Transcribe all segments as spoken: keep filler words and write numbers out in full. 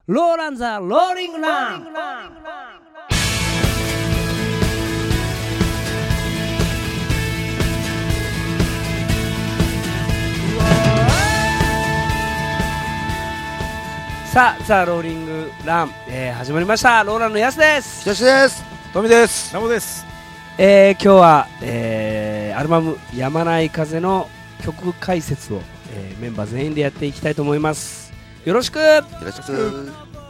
ローランザローリングラン。さあザ・ローリングラン、えー、始まりました。ローランのやすです。 よしです。 トミです。 ナモです。 えー、今日は、えー、アルバムやまない風の曲解説を、えー、メンバー全員でやっていきたいと思います。よろしく。 よろしく。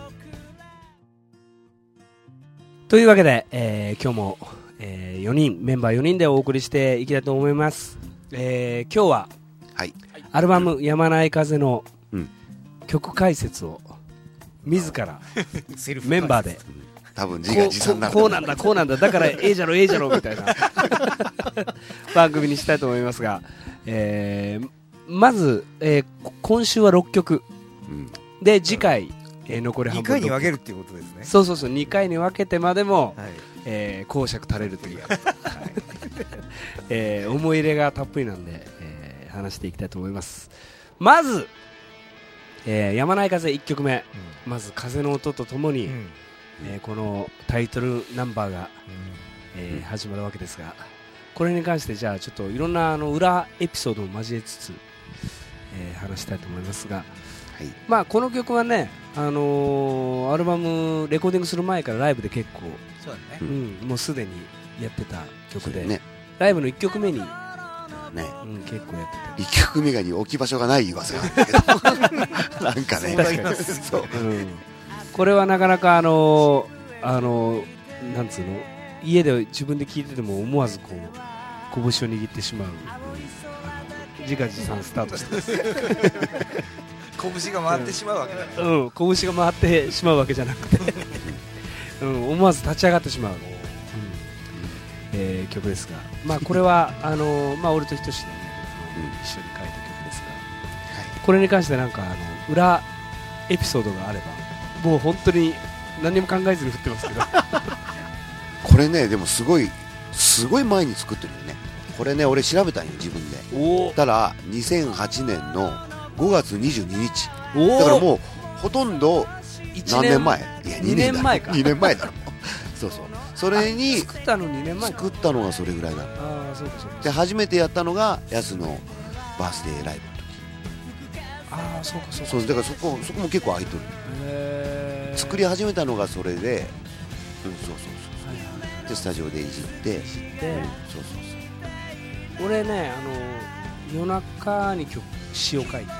というわけで、えー、今日も、えー、よにんメンバーよにんでお送りしていきたいと思います。えー、今日は、 はい、 アルバムやまない風の曲解説を自らメンバーで多分自画自賛になるこうなんだこうなんだだからええじゃろええじゃろみたいな番組にしたいと思いますが、えー、まず、えー、今週はろっきょく、うん、で次回、えー、残り半分にかいに分けるっていうことですね。 そうそうそうにかいに分けてまでも、はい、えー、講釈垂れるという、はいえー、思い入れがたっぷりなんで、えー、話していきたいと思います。まずえー、やまない風いっきょくめ、うん、まず風の音とともに、うんえー、このタイトルナンバーが、うんえー、始まるわけですが、これに関してじゃあちょっといろんなあの裏エピソードを交えつつ、えー、話したいと思いますが、はい、まあこの曲はね、あのー、アルバムレコーディングする前からライブで結構そうだね、 うん、もうすでにやってた曲で、ね、ライブのいっきょくめにねうん、結構やってた。 いっきょくめがに置き場所がない噂なんだけどなんかね確かにそう、うん、これはなかなかあのー、あのー、なんつうの家で自分で聴いてても思わずこう拳を握ってしまう、うん、あの自画自賛スタートしてます拳が回ってしまうわけだね、 うん、うん、拳が回ってしまうわけじゃなくて、うん、思わず立ち上がってしまうえー、曲ですが、まあ、これはあのーまあ、俺とひとしで、ねうん、一緒に書いた曲ですが、はい、これに関してなんかあの裏エピソードがあればもう本当に何も考えずに振ってますけどこれねでもすごいすごい前に作ってるよね。これね俺調べたんよ自分で。おたらにせんはちねんのごがつにじゅうににちだからもうほとんど何年前いやにねんまえかにねんまえだろそうそうそれに作ったのにねんまえ作ったのがそれぐらいだ。ああそうかそうか。で初めてやったのがヤスのバースデーライブの時。 ああそうかそうか。 そうだからそこそこも結構空いとる。へー作り始めたのがそれで、うんそうそうそうそう、はいはい、でスタジオでいじっていじって、うん、そうそうそう。俺ねあの夜中に曲詩を書いて、うんえー、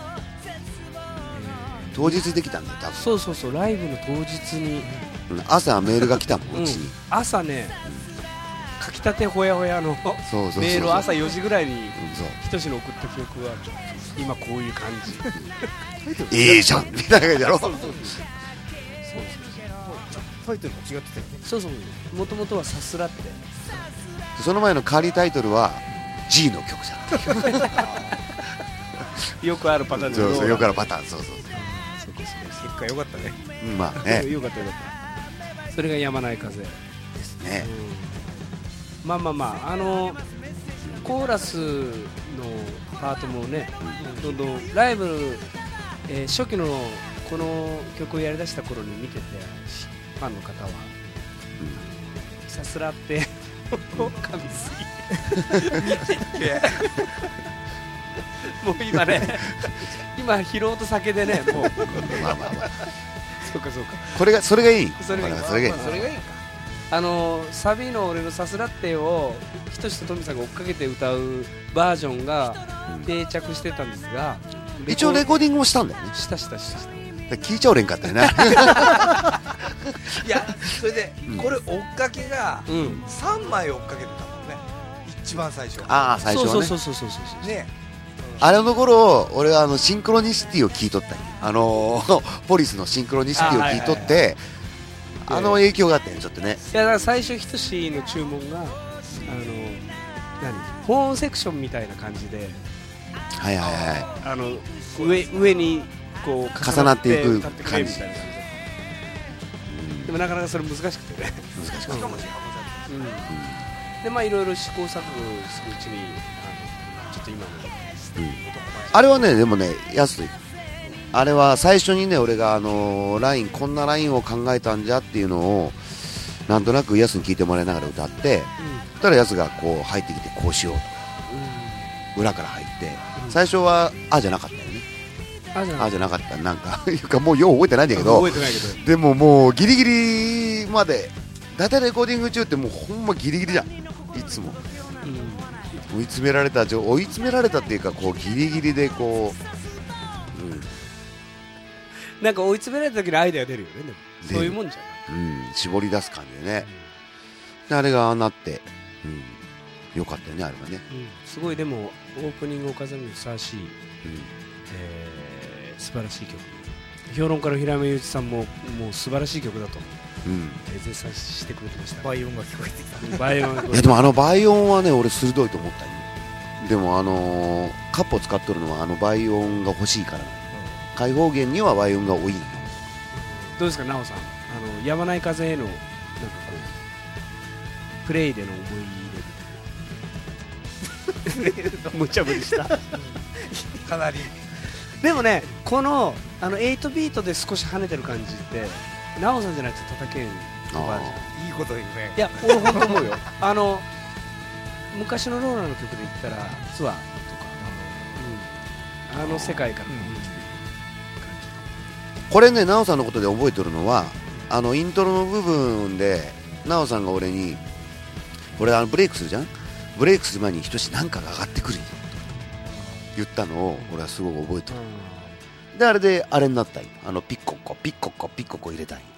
当日できたんだよ多分。 そうそうそうライブの当日に。 朝メールが来たもん、うちに、 うん、朝ね、うん、書きたてほやほやのメールを朝よじぐらいにひとしの送った記憶は今こういう感じええじゃんみたいな感じだろ。そうそうそうタイトルも違ってたよね。 そうそうもともとはさすらってその前の仮タイトルは G の曲じゃんよくあるパターンでそうそうよくあるパターンそうそうそう結果良かったね。 まあねよかったよかったそれがやまない風ですね、 うん、まあまあまああのコーラスのパートもね、うん、どんどんライブ、えー、初期のこの曲をやりだした頃に見ててファンの方は、うん、さすらって噛みすぎ見ててもう今ね今疲労と酒でねもうまあまあまあそうかそうかこれがそれがいいそれがいいそれがいいそれがいいかあのサビの俺のさすらってをひとしとトミさんが追っかけて歌うバージョンが定着してたんですが、 うん、一応レコーディングもしたんだよね。 したしたしたした聞いちゃおれんかったよねいやそれで、うん、これ追っかけがさんまい追っかけてたもんね一番最初。 ああ最初はねそうそうそうそうそうねあれの頃俺はあのシンクロニシティを聞いとったんよ。あのー、ポリスのシンクロニシティを聞いとって、はいはいはい、あの影響があったよねちょっとね。 いやだから最初ひとしの注文があの何ホーンセクションみたいな感じではいはいはいあの 上, 上にこう重なっていく感じみたいな感じで、 うん、でもなかなかそれ難しくてね難しくて、うんうん、 でまあいろいろ試行錯誤するうちにあのちょっと今の、 うん、あれはねでもね安いあれは最初にね俺があのラインこんなラインを考えたんじゃっていうのをなんとなくヤスに聞いてもらいながら歌って、うん、そしたらヤスがこう入ってきてこうしようと、うん、裏から入って、うん、最初はあじゃなかったよね。あじゃなかった、あじゃなかったなんかいうかもうよう覚えてないんだけど、覚えてないけどでももうギリギリまでだいたいレコーディング中ってもうほんまギリギリじゃんいつも、うん、追い詰められた追い詰められたっていうかこうギリギリでこう、うん、 なんか追い詰められた時のアイデア出るよね。でもそういうもんじゃない、 うん、絞り出す感じでね、うん、であれがなって、うん、よかったよねあれはね、 うん、すごいでもオープニングを飾るにふさわしい、うんえー、素晴らしい曲。評論家の平山雄一さんももう素晴らしい曲だと、うん、絶賛してくれてました。 倍音が聞こえてきた。 倍音が聞こえてきた。 いやでもあの倍音はね俺鋭いと思ったよ。でもあのー、カップを使ってるのはあの倍音が欲しいから、うん、開放弦には倍音が多い。 どうですか奈緒さん、あのやまない風へのなんかこうプレイでの思い入れると無茶ぶりしたかなりでもねこのあのはちビートで少し跳ねてる感じって奈緒さんじゃないと叩けんのがあるじゃん。 いいこと言うね。 いや俺本当思うよあの昔のローラの曲で言ったらツアーとか、うん、あの世界から、うん、 これね奈緒さんのことで覚えてるのはあのイントロの部分で奈緒さんが俺に俺あのブレイクするじゃん。ブレイクする前にひとしなんかが上がってくるよと言ったのを俺はすごく覚えてる、うん、であれであれになったよ。あのピッココピッココピッココ入れたい。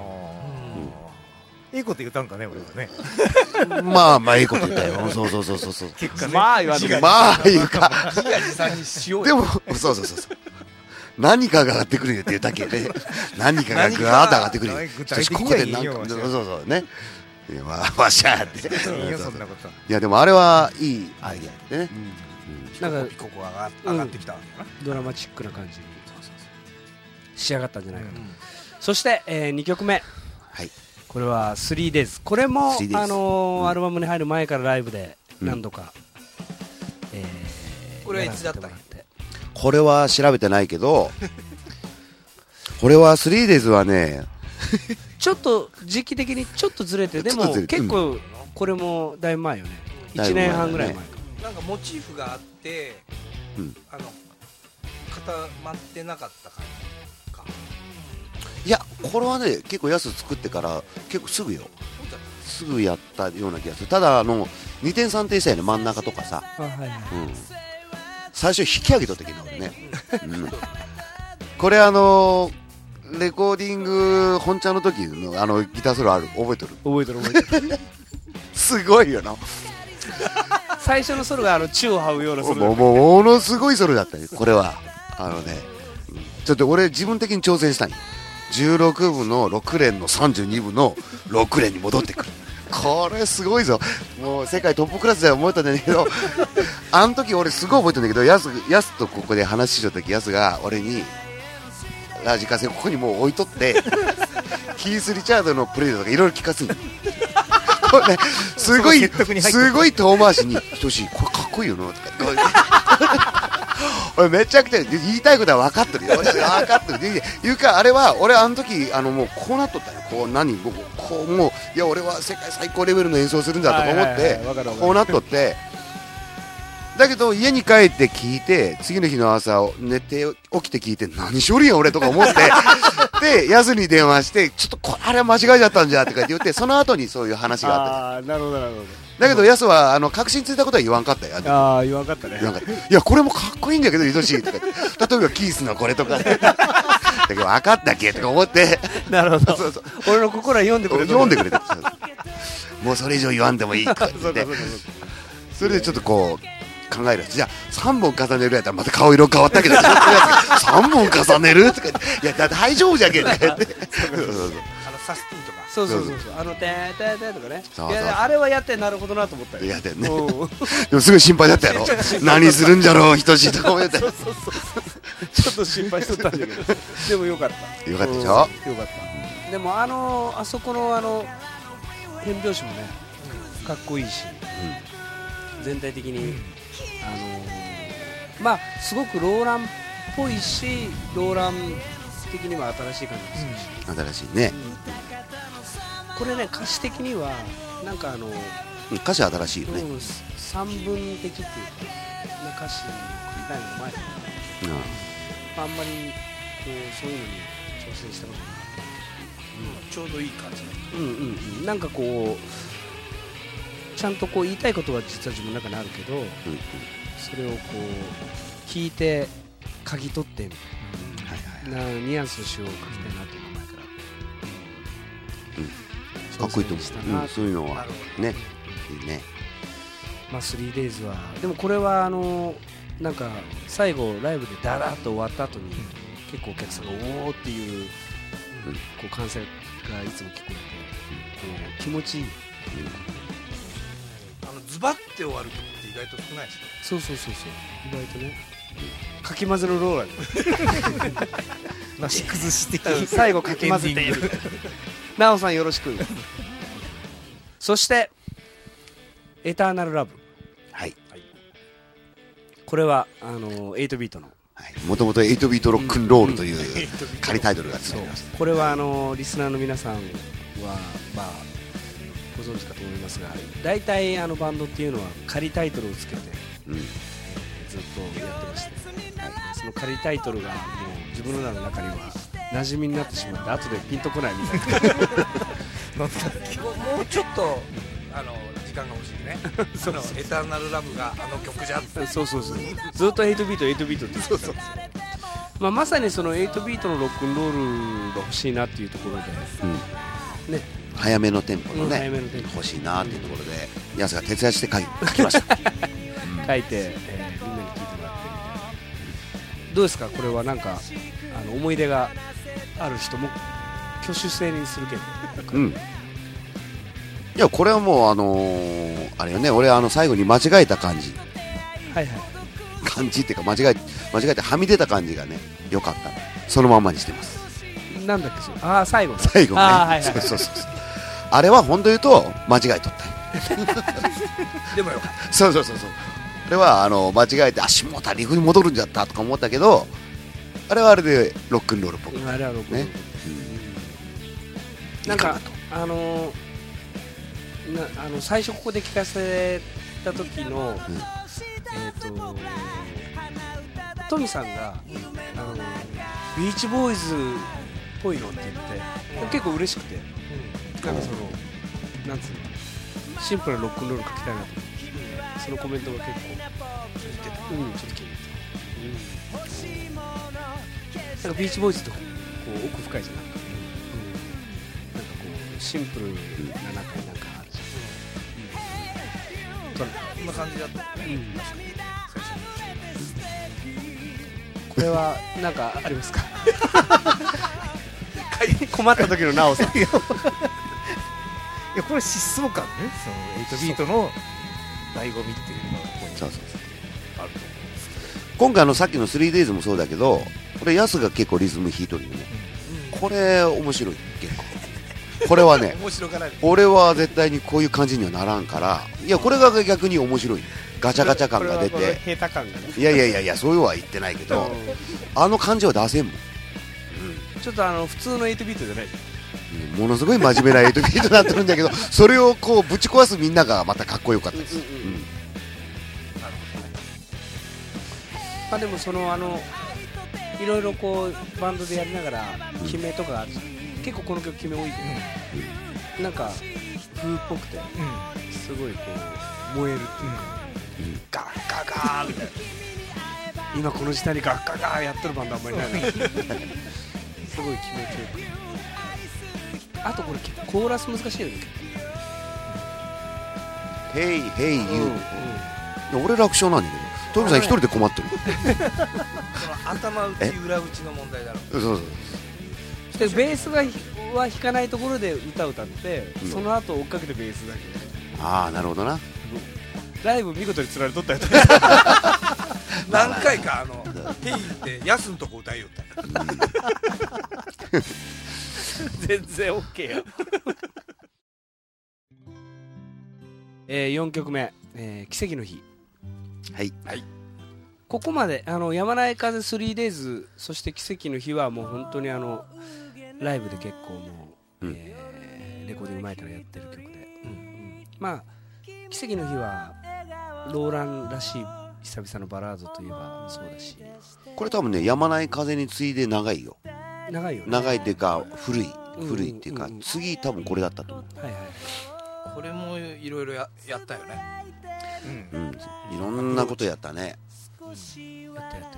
いいこと言ったんかね俺はねまあまあいいこと言ったよそうそうそうそうそう結果ねまあ言わないまあ言うか自画自賛にしようでもそうそうそうそう何かが上がってくるよって言ったっけね何かがぐわーっと上がってくるよ具体的にはいいよそうそうそうねいやわしゃーっていいよそんなこと。 いやでもあれはいいアイデアでね、 うん、なんかここが上がってきた、うん、 ドラマチックな感じに仕上がったんじゃないかと、うん、そして、えー、にきょくめ、はい、これは スリーデイズ。 これも、あのーうん、アルバムに入る前からライブで何度か、うんえー、これはいつだったっけ。 これは調べてないけどこれは スリーデイズ はねちょっと時期的にちょっとずれてでも結構これもだいぶ前よね。いちねんはんぐらい前か、ね、 なんかモチーフがあって、うん、あの固まってなかった感じか。 いやこれはね結構安作ってから結構すぐよすぐやったような気がする。ただあのにてんさんてんしたよね真ん中とかさ、はいはいうん、最初引き上げた時のね、うん、これあのレコーディング本ちゃんの時のあのギターソロある覚えてる覚えてる覚えてるすごいよな最初のソロがあの宙を這うようなソロもうものすごいソロだったよこれはあのねちょっと俺自分的に挑戦したい。じゅうろくぶのろくれんのさんじゅうにぶのろくれんに戻ってくるこれすごいぞ。もう世界トップクラスだよ思ったんだけどあの時俺すごい覚えてるんだけどヤス、ヤスとここで話しした時ヤスが俺にラジカセここにもう置いとってキース・リチャードのプレイとかいろいろ聞かすんだこれ、ね、すごいすごい遠回しにひとしこれかっこいいよなとか俺めちゃくちゃ言いたいことは分かってるよ分かってるいうかあれは俺あの時あのもうこうなっとったよ。こう何こうもういや俺は世界最高レベルの演奏するんだとか思ってこうなっとってだけど家に帰って聞いて次の日の朝寝て起きて聞いて何しょりんや俺とか思ってでヤスに電話してちょっとこあれは間違えちゃったんじゃとか言ってその後にそういう話があった。 あなるほどなるほど。 だけどヤスはあの確信ついたことは言わんかったよ。 ああ言わんかったね。 言わんかった。いやこれもかっこいいんだけど愛しいとか例えばキースのこれとかだけど分かったっけとか思ってなるほどそうそう俺の心は読んでくれた読んでくれたもうそれ以上言わんでもいいとか言ってそれでちょっとこう考える。じゃあさんぼん重ねるやったらまた顔色変わったけどさんぼん重ねるとかいやだ大丈夫じゃけんとか言ってあのサスティンとかそうそうそうそうあのてーてーてーとかねいやあれはやってなるほどなと思ったよ。 やってんねでもすごい心配だったやろ何するんじゃろうひとしとか思ってそうそうそうちょっと心配しとったんだけどでもよかったよかったでしょ。 よかった、うん、でもあのあそこのあの変拍子もねかっこいいし、うん、全体的に、うん、あのー、まあすごくローランっぽいしローラン的には新しい感じでするし、 うん、新しいね、 うん、これね歌詞的にはなんかあの、 うん、歌詞は新しいよね、 うん、三分的っていうか歌詞に繰り返すの前だから、うん、あんまりこうそういうのに挑戦したことない、 うん、ちょうどいい感じ、 うんうんうん、なんかこうちゃんとこう言いたいことは実は自分の中にあるけど、うんうん、それをこう聞いて嗅ぎ取って、うんはいはいはい、なニュアンスの詩を書きたいなという前から、 うんうん、かっこいいと思う、うん、そういうのはねいいね。 まあ スリーデイズ はでもこれはあのなんか最後ライブでダラッと終わった後に、うん、結構お客さんがおーっていう、うん、こう歓声がいつも聞こえて、うん、こう気持ちいい、うん、 あのズバッて終わる曲って意外と少ないですよ。 そうそうそうそう意外とね、うん、かき混ぜのローラーなし崩し的最後かき混ぜているなおさんよろしくそしてエターナルラブ、 はい、 これはあのエイトビートのもともとエイトビートロックンロールという、うん、仮タイトルがついてました。 これはあのリスナーの皆さんは、まあ、ご存知かと思いますが大体あのバンドっていうのは仮タイトルをつけて、うんえー、ずっとやってまして、はい、その仮タイトルがもう自分の中には馴染みになってしまって後でピンとこないみたいなもうちょっとあの時間が欲しいねそうそうエターナルラブがあの曲じゃんそうそうそうずっとエイトビートエイトビートって言ってたんですよまあ、まさにそのエイトビートのロックンロールが欲しいなっていうところで、うんね、 早めのテンポのね、うん、 早めのテンポ欲しいなっていうところで、うん、やすが徹夜して書きました、うん、 書いて、えー、みんなに聞いてもらってどうですかこれはなんかあの思い出がある人も挙手制にするけど、うん、 いやこれはもうあのー、あれよね俺あの最後に間違えた感じはいはい感じっていうか間違え間違えてはみ出た感じがね良かったそのまんまにしてますなんだっけそれああ最後最後ねあ、はいはい、そうそうそうあれは本当言うと間違えとったでもよかったそうそうそうそうあれはあの間違えて足元リフに戻るんじゃったとか思ったけどあれはあれでロックンロールっぽくあれはロックンロール、ねうん、なんかあのー、なあの最初ここで聞かせた時の、うんえー、とトミさんが、あのビーチボーイズっぽいのって言って結構嬉しくて、うん、なんかそのなんつうのシンプルなロックンロール書きたいなと思ってそのコメントが結構気に入ってた、うん、ちょっと気に入ってた、うん、なんかビーチボーイズとかこう奥深いじゃない、うん、なんかこうシンプルな中になんかあるじゃん、うん、 こんな感じだったね、うん、 これは何かありますか困った時のなおさんいやこれ疾走感ねそのエイトビートの醍醐味っていうのがここにそうそうそうあると思うんですけど今回のさっきの スリーデイズ もそうだけどこれヤスが結構リズム弾いとるよね、うん、これ面白い結構これはね面白がない俺は絶対にこういう感じにはならんからいやこれが逆に面白いガチャガチャ感が出て平太感がねいやいやいやいやそういうは言ってないけどあの感じは出せんもん、 うん、ちょっとあの普通のエイトビートじゃないうん、ものすごい真面目なエイトビートになってるんだけどそれをこうぶち壊すみんながまたかっこよかったです、うんうんうん、なるほどねまあでもそのあのいろいろこうバンドでやりながら決めとかある、うん、結構この曲決め多いけど、うん、なんか風っぽくて、うん、すごいこう燃えるっていうか、うん、ガッガガーみたいな今この時代にガッガガーやってるバンドあんまりないなすごい気持ちよくあとこれコーラス難しいよねヘイヘイユー俺楽勝なんだけどトミさん一人で困ってる頭打ち裏打ちの問題だろそうそうそうでベースがは弾かないところで歌歌って、うん、その後追っかけてベースだけああなるほどなライブ見事につられとったやつ何回かあのヘイってヤスんとこ歌いよった全然 OK よえー、よんきょくめ、えー、奇跡の日はい、はい、 ここまであのやまない風 スリーデイズ そして奇跡の日はもう本当にあのライブで結構もう、うんえー、レコーディング前からやってる曲で、うんうん、まあ奇跡の日はローランらしい久々のバラードといえばそうだし、 これ多分ねやまない風に次いで長いよ。 長いよね。 長いっていうか古い古いっていうか、うんうんうん、次多分これだったと思う。 はいはい。 これもいろいろやったよね。 うん、うん、いろんなことやったね。 うん、やったやったやった。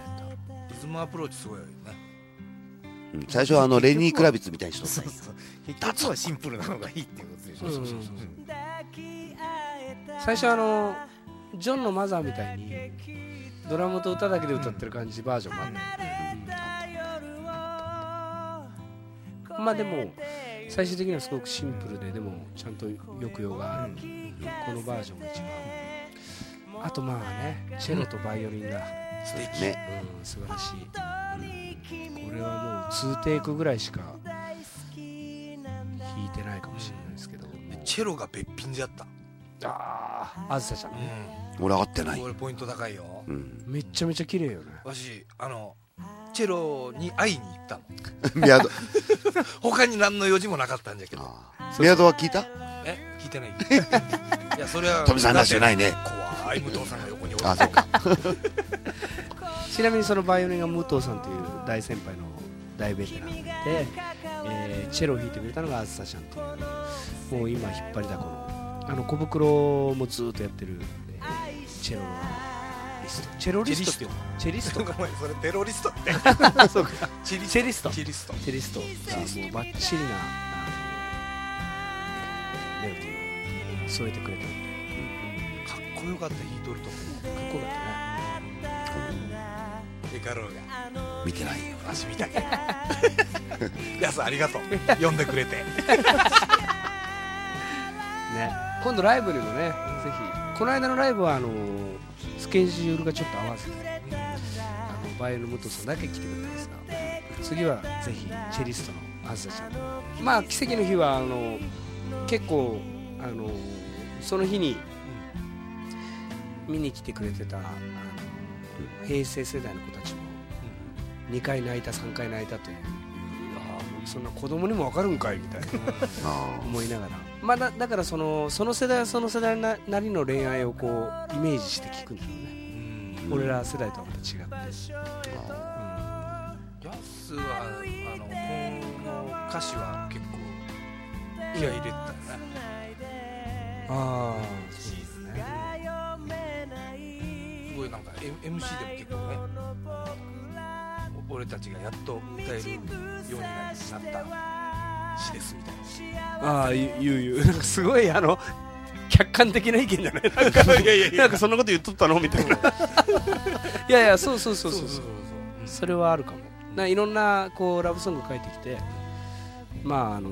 リズムアプローチすごいよね。 うん、最初はあのレニー・クラビッツみたいにしとったんや。 結局はシンプルなのがいいっていうことでしょ。そうそうそうそう。 最初あのジョンのマザーみたいにドラムと歌だけで歌ってる感じ、うん、バージョンもあった、うん、まあでも最終的にはすごくシンプルででもちゃんと抑揚がある、うん、このバージョンが一番、あとまあねチェロとバイオリンが素敵ね、 うん、素晴らしい、うん、これはもうにテイクぐらいしか弾いてないかもしれないですけど、 チェロがべっぴんじゃった。 ああ、あずさちゃんね、 うん、俺合ってない。 俺ポイント高いよ、 うん、 めっちゃめちゃ綺麗よね。 わしあのチェロに会いに行ったの宮戸他に何の用事もなかったんだけど。 宮戸は聞いた？ え聞いてないいやそれは富さんらしくないね。 怖い武藤さんが横におる。 あ、そうかちなみにそのバイオリンが武藤さんという大先輩の大ベテランで、えー、チェロを弾いてくれたのがあずさちゃんという、もう今引っ張りだこのあの小袋もずっとやってる、えー、チェロリスト、チェロリストっていうの？チェリストかそれテロリストってそうかチェリストチェリストチェリストがもうバッチリなメロディーを添えてくれたんで、 うん、かっこよかった。弾いとるとこかっこよかったね。 デカローが見てないよ。 足見たけやすありがとう読んでくれてね、今度ライブにもね、ぜひ。この間のライブはあのスケジュールがちょっと合わせて、あのバイオの武藤さんだけ来てくれたんですが、次はぜひチェリストのあずさちゃん。まあ奇跡の日はあの結構あのその日に見に来てくれてたあの平成世代の子たちもにかい泣いたさんかい泣いたという、そんな子供にも分かるんかいみたいな思いながら、まあ、だ, だからそのその世代はその世代 な, なりの恋愛をこうイメージして聞くんだろうね、うん、俺ら世代とはまた違って、うん、 ヤスはあのこの歌詞は結構気合い入れてたよね。 ああそうですね、 すごいなんか エムシー でも結構ね、俺たちがやっと歌えるようになった詩ですみたいな。 ああ言う言うなんかすごいあの客観的な意見じゃないなんかいやいやいやなんかそんなこと言っとったのみたいないやいやそうそうそうそうそうそう、それはあるかも。ないろんなこうラブソング書いてきて、まああの、うん、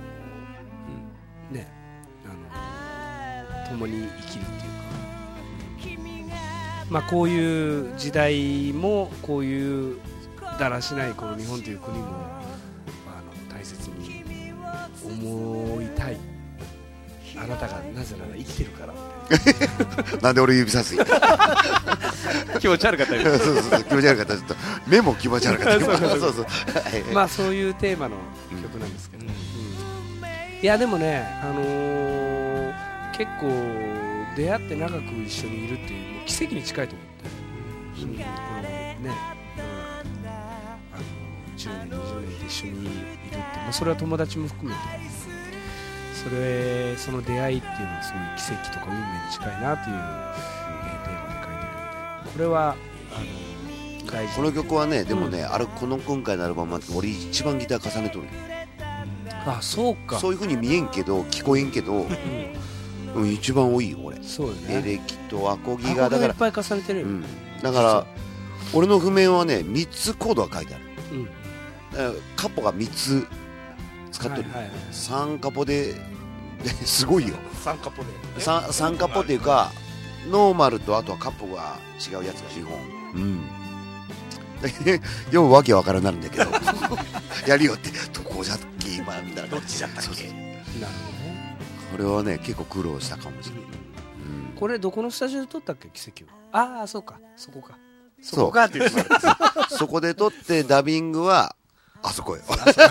ねあの共に生きるっていうか、まあこういう時代もこういうだらしないこの日本という国もあの大切に思いたい。あなたがなぜなら生きてるからなんで俺指さす気持ち悪かったよそうそうそう気持ち悪かったちょっと目も気持ち悪かったそうそうそうまあそういうテーマの曲なんですけど、うんうん、いやでもね、あのー、結構出会って長く一緒にいるっていうもう奇跡に近いと思って、うんうん、このね世の中であのじゅうねんにじゅうねんで一緒にいるって、まあ、それは友達も含めてそれその出会いっていうのはすごい奇跡とか運命に近いなという、えー、テーマで書いてるので、これはあの大事。 この曲はねでもね、うん、あれこの今回のアルバムは俺一番ギター重ねとる、 あそうかそういう風に見えんけど聞こえんけど、うんうん、一番多いよ俺。 そうよね、 エレキとアコギがだからいっぱい重ねてるよ、うん、 だから俺の譜面はねみっつコードが書いてある、うん、カポがみっつ使ってる、はいはいはい、さんカポですごいよさんカポで、ね、 さ, さんカポっていうかノーマルとあとはカポが違うやつがにほん、うんようわけわからんなるんだけどやるよってどこじゃっけ今みたいなどっちじゃったっけ。なるほどね。これはね結構苦労したかもしれない、 うん、これどこのスタジオで撮ったっけ奇跡は。ああそうかそこかそこかって言ってもらって。 そこで撮ってダビングはあそこよ。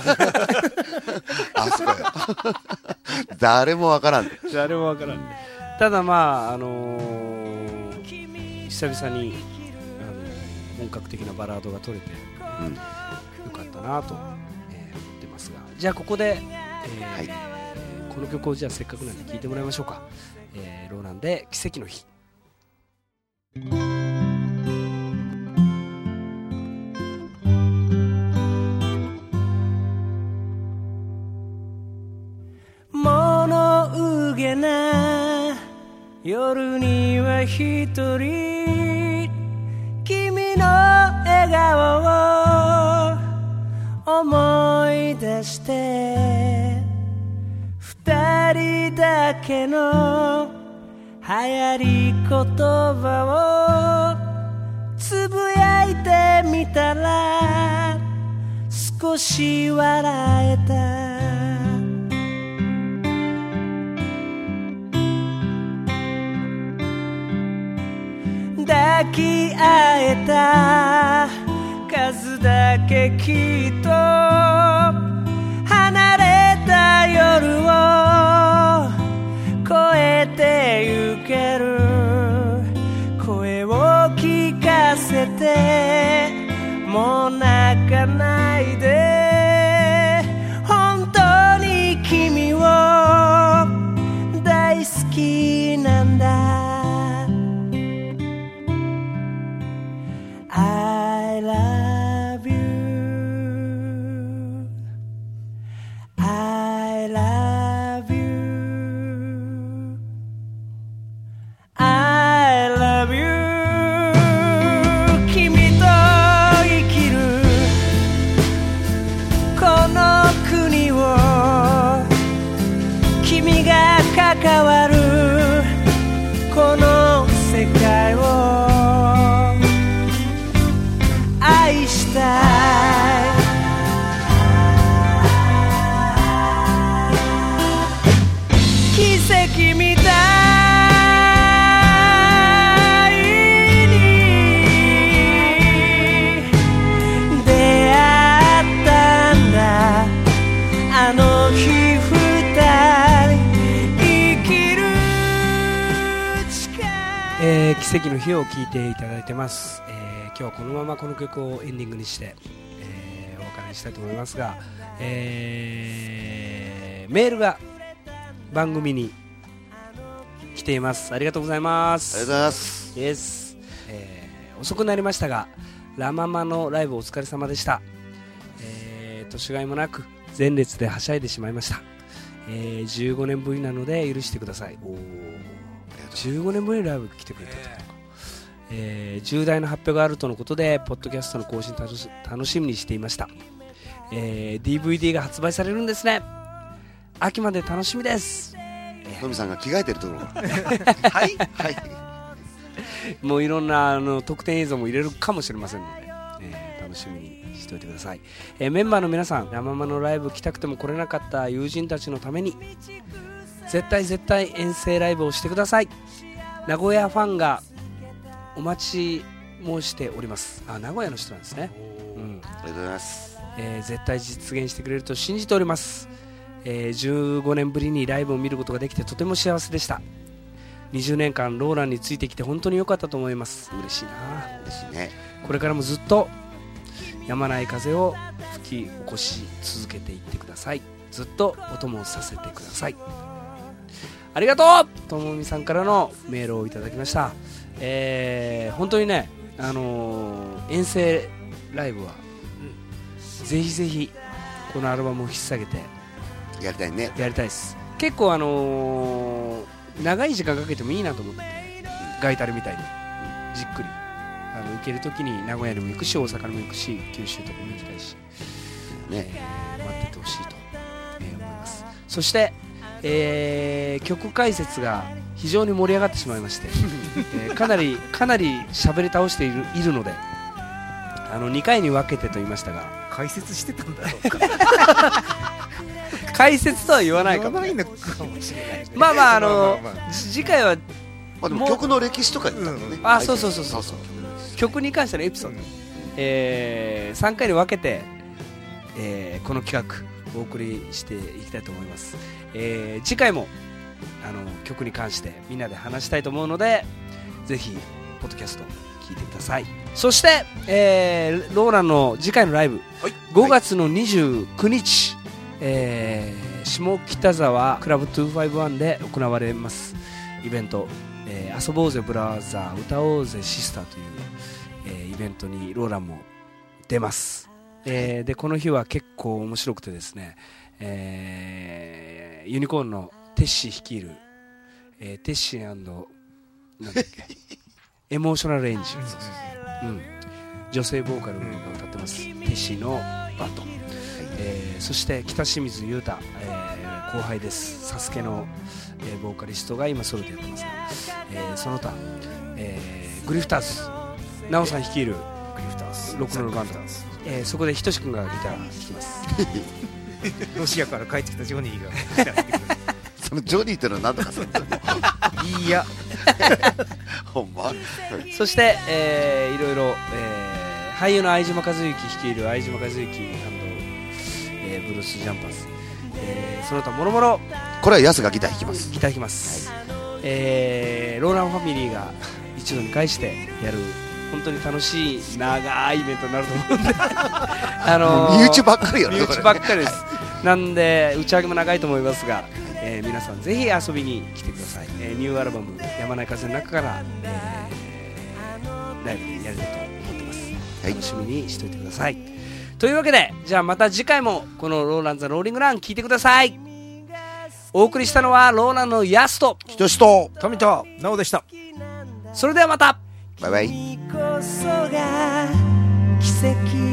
あそこよ。誰もわからん。 誰もわからん。ただまああのー、久々に、あのー、本格的なバラードが撮れて、うん、よかったなと、えー、思ってますが、じゃあここで、えーはい、この曲をじゃあせっかくなんで聴いてもらいましょうか。えー、ローランで奇跡の日。物憂げな夜には一人君の笑顔を思い出して二人だけの流行り言葉をつぶやいてみたら少し笑えた。抱き合えた数だけきっと離れた夜を越えてゆける。声を聞かせてもう泣かないで、本当に君を大好きなんだ。I love you I love you I love you 君と生きるこの国を君が関わるこの世界を愛したい。奇跡みたいに出会ったんだ。あの日二人生きる力、えー、奇跡の日を聞いていただいてます。今日はこのままこの曲をエンディングにして、えー、お別れにしたいと思いますが、えー、メールが番組に来ています。ありがとうございます。 ありがとうございます。 イエス、えー、遅くなりましたがラママのライブお疲れ様でした。えー、年がいもなく前列ではしゃいでしまいました。えー、じゅうごねんぶりなので許してください。おじゅうごねんぶりにライブ来てくれたと、えーえー、重大な発表があるとのことでポッドキャストの更新楽し、楽しみにしていました。えー、ディーブイディー が発売されるんですね。秋まで楽しみです。 トミさんが着替えてるところはいはいもういろんなあの特典映像も入れるかもしれませんので、えー、楽しみにしておいてください。えー、メンバーの皆さん、ラママのライブ来たくても来れなかった友人たちのために絶対絶対遠征ライブをしてください。名古屋ファンがお待ち申しております。あ、名古屋の人なんですね。うん、 ありがとうございます。 えー、絶対実現してくれると信じております。えー、じゅうごねんぶりにライブを見ることができてとても幸せでした。にじゅうねんかんローランについてきて本当に良かったと思います。嬉しいな。 嬉しいね。 これからもずっとやまない風を吹き起こし続けていってください。ずっとお供をさせてください。ありがとう。ともみさんからのメールをいただきました。えー、本当にね、あのー、遠征ライブは、うん、ぜひぜひこのアルバムを引っ提げてやりたいね。 やりたいです。結構あのー、長い時間かけてもいいなと思って、ガイタレみたいにじっくりあの行けるときに名古屋にも行くし大阪にも行くし九州とかも行きたいし、ねえー、待っててほしいと、えー、思います。そして、えー、曲解説が非常に盛り上がってしまいまして、えー、かなりかなり喋り倒している、いるのであのにかいに分けてと言いましたが解説してたんだろうか解説とは言わないかも、ね、まあまああの、まあまあまあ、次回はまあ、でも曲の歴史とか言ったのね、 うん、あそうそうそうそうそう曲に関してのエピソード、えー、さんかいに分けて、えー、この企画お送りしていきたいと思います、えー、次回もあの曲に関してみんなで話したいと思うので、ぜひポッドキャスト聞いてください。そして、えー、ローランの次回のライブ、はい、ごがつのにじゅうくにち、はい、えー、下北沢クラブにひゃくごじゅういちで行われますイベント、えー、遊ぼうぜブラザー歌おうぜシスターという、えー、イベントにローランも出ます、えー、でこの日は結構面白くてですね、えー、ユニコーンのテッシー率いる、えー、テッシー&なんだっけエモーショナルエンジン、うん、女性ボーカルが歌ってます、テッシーのバンド、えー、そして北清水裕太、えー、後輩です、サスケの、えー、ボーカリストが今ソロでやってますが、えー、その他、えー、グリフターズナオさん率いるグリフターズロックンロールバンド、えー、そこでひとし君がギター弾きますロシアから帰ってきたジョニーがギター弾いてくるそのジョニーってのは何とかするのいやほんまそして、えー、いろいろ、えー、俳優の相島和之率いる相島和之&、えー、ブルースジャンパーズ、えー、その他もろもろこれはヤスがギター弾きますギター弾きます、はい、えー、ローランファミリーが一度に返してやる本当に楽しい長いイベントになると思うんであのー、 身内ばっかりやる身内ばっかりですなんで打ち上げも長いと思いますが、えー、皆さんぜひ遊びに来てください、えー、ニューアルバムやまない風の中から、えー、ライブやれると思ってます、はい、楽しみにしておいてください。というわけで、じゃあまた次回もこのローランザローリングラン聞いてください。お送りしたのはローランのヤスとひとしと富田直でした。 それではまたバイバイ。 君こそが奇跡